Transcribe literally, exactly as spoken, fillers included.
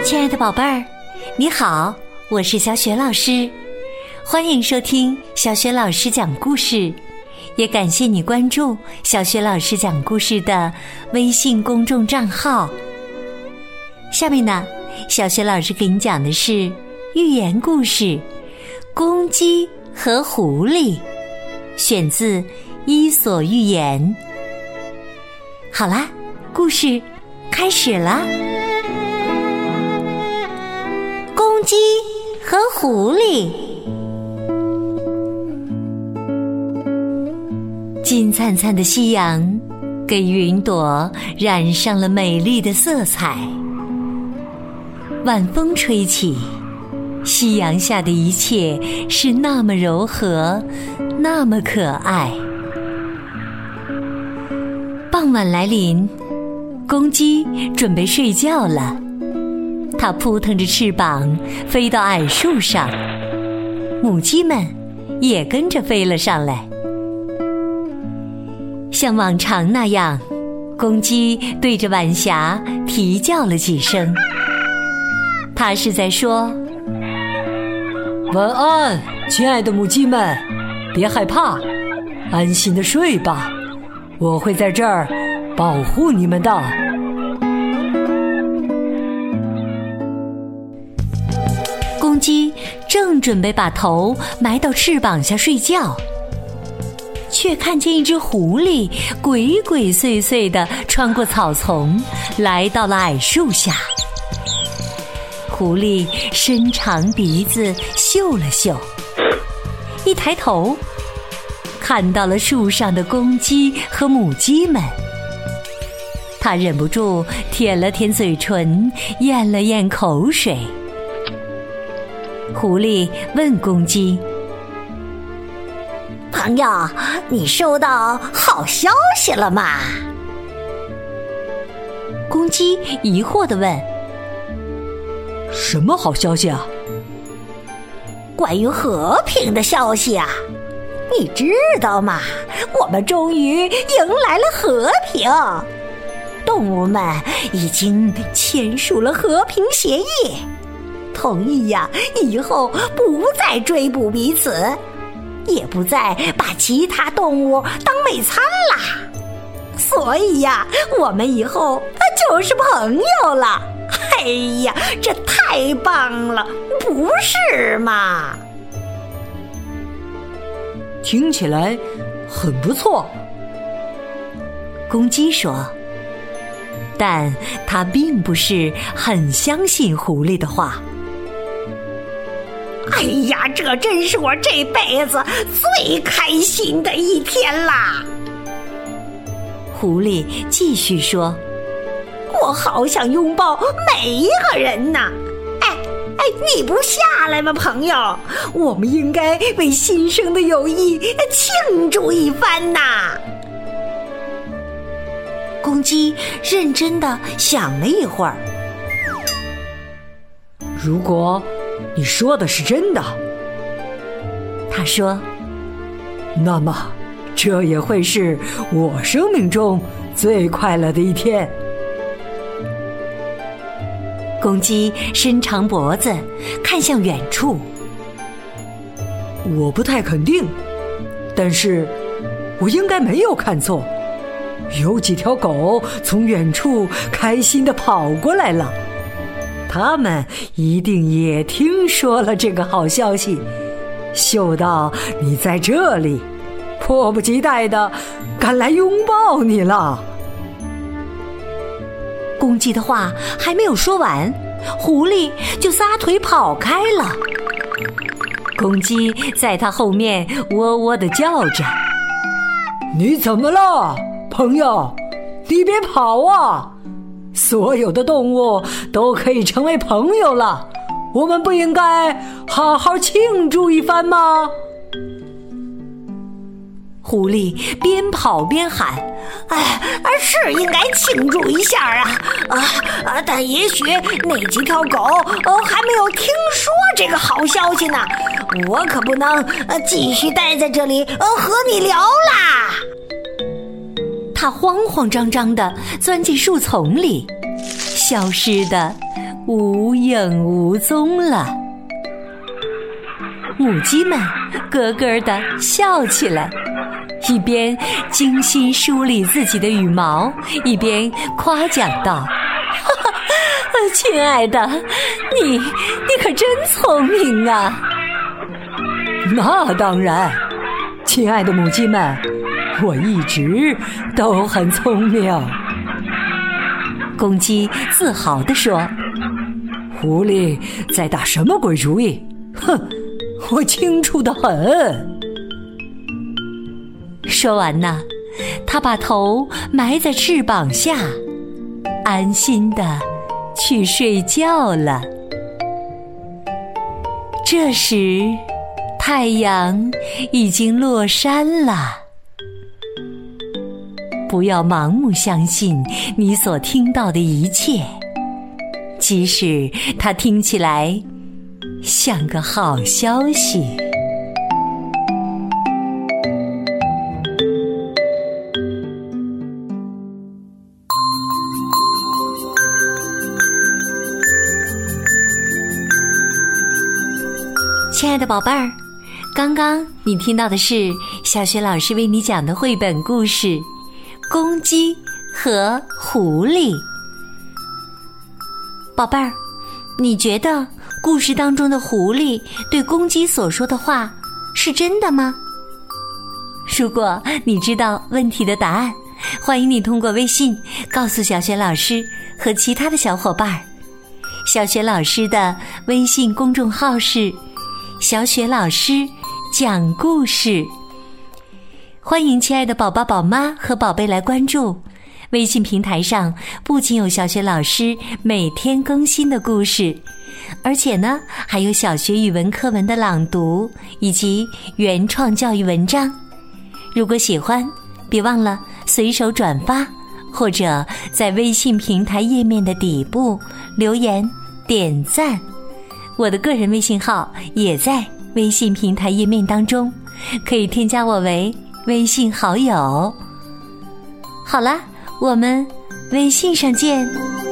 亲爱的宝贝儿，你好，我是小雪老师，欢迎收听小雪老师讲故事，也感谢你关注小雪老师讲故事的微信公众账号。下面呢，小雪老师给你讲的是寓言故事《公鸡和狐狸》，选自《伊索寓言》。好啦，故事开始了。公鸡和狐狸。金灿灿的夕阳给云朵染上了美丽的色彩，晚风吹起，夕阳下的一切是那么柔和，那么可爱。傍晚来临，公鸡准备睡觉了，它扑腾着翅膀飞到矮树上，母鸡们也跟着飞了上来。像往常那样，公鸡对着晚霞啼叫了几声，它是在说： 晚安，亲爱的母鸡们，别害怕，安心地睡吧，我会在这儿保护你们的。 公鸡正准备把头埋到翅膀下睡觉，却看见一只狐狸鬼鬼祟祟地穿过草丛，来到了矮树下。狐狸伸长鼻子嗅了嗅，一抬头看到了树上的公鸡和母鸡们，它忍不住舔了舔嘴唇，咽了咽口水。狐狸问公鸡： 朋友，你收到好消息了吗？ 公鸡疑惑地问： 什么好消息啊？ 关于和平的消息啊！你知道吗？我们终于迎来了和平，动物们已经签署了和平协议，同意呀，以后不再追捕彼此，也不再把其他动物当美餐啦。所以呀，我们以后就是朋友了。哎呀，这太棒了，不是吗？ 听起来很不错， 公鸡说，但他并不是很相信狐狸的话。 哎呀，这真是我这辈子最开心的一天啦！ 狐狸继续说： 我好想拥抱每一个人呐！哎哎，你不下来吗，朋友？我们应该为新生的友谊庆祝一番呐！ 公鸡认真地想了一会儿。 如果你说的是真的， 他说， 那么这也会是我生命中最快乐的一天。 公鸡伸长脖子看向远处。 我不太肯定，但是我应该没有看错，有几条狗从远处开心地跑过来了，他们一定也听说了这个好消息，嗅到你在这里，迫不及待地赶来拥抱你了。 公鸡的话还没有说完，狐狸就撒腿跑开了。公鸡在它后面喔喔地叫着： 你怎么了，朋友？你别跑啊！所有的动物都可以成为朋友了，我们不应该好好庆祝一番吗？ 狐狸边跑边喊： 哎，是应该庆祝一下啊！啊啊！但也许那几条狗呃还没有听说这个好消息呢，我可不能呃继续待在这里呃和你聊啦。 他慌慌张张地钻进树丛里，消失得无影无踪了。母鸡们咯咯地笑起来，一边精心梳理自己的羽毛，一边夸奖道：哈哈，亲爱的，你你可真聪明啊！ 那当然，亲爱的母鸡们，我一直都很聪明。 公鸡自豪地说： 狐狸在打什么鬼主意？哼，我清楚得很。 说完呢，他把头埋在翅膀下，安心地去睡觉了。这时，太阳已经落山了。不要盲目相信你所听到的一切，即使它听起来像个好消息。亲爱的宝贝儿，刚刚你听到的是小雪老师为你讲的绘本故事《公鸡和狐狸》。宝贝儿，你觉得故事当中的狐狸对公鸡所说的话是真的吗？如果你知道问题的答案，欢迎你通过微信告诉小雪老师和其他的小伙伴。小雪老师的微信公众号是小雪老师讲故事，欢迎亲爱的宝宝宝妈和宝贝来关注。微信平台上不仅有小雪老师每天更新的故事，而且呢还有小学语文课文的朗读以及原创教育文章。如果喜欢，别忘了随手转发，或者在微信平台页面的底部留言点赞。我的个人微信号也在微信平台页面当中，可以添加我为微信好友。好了，我们微信上见。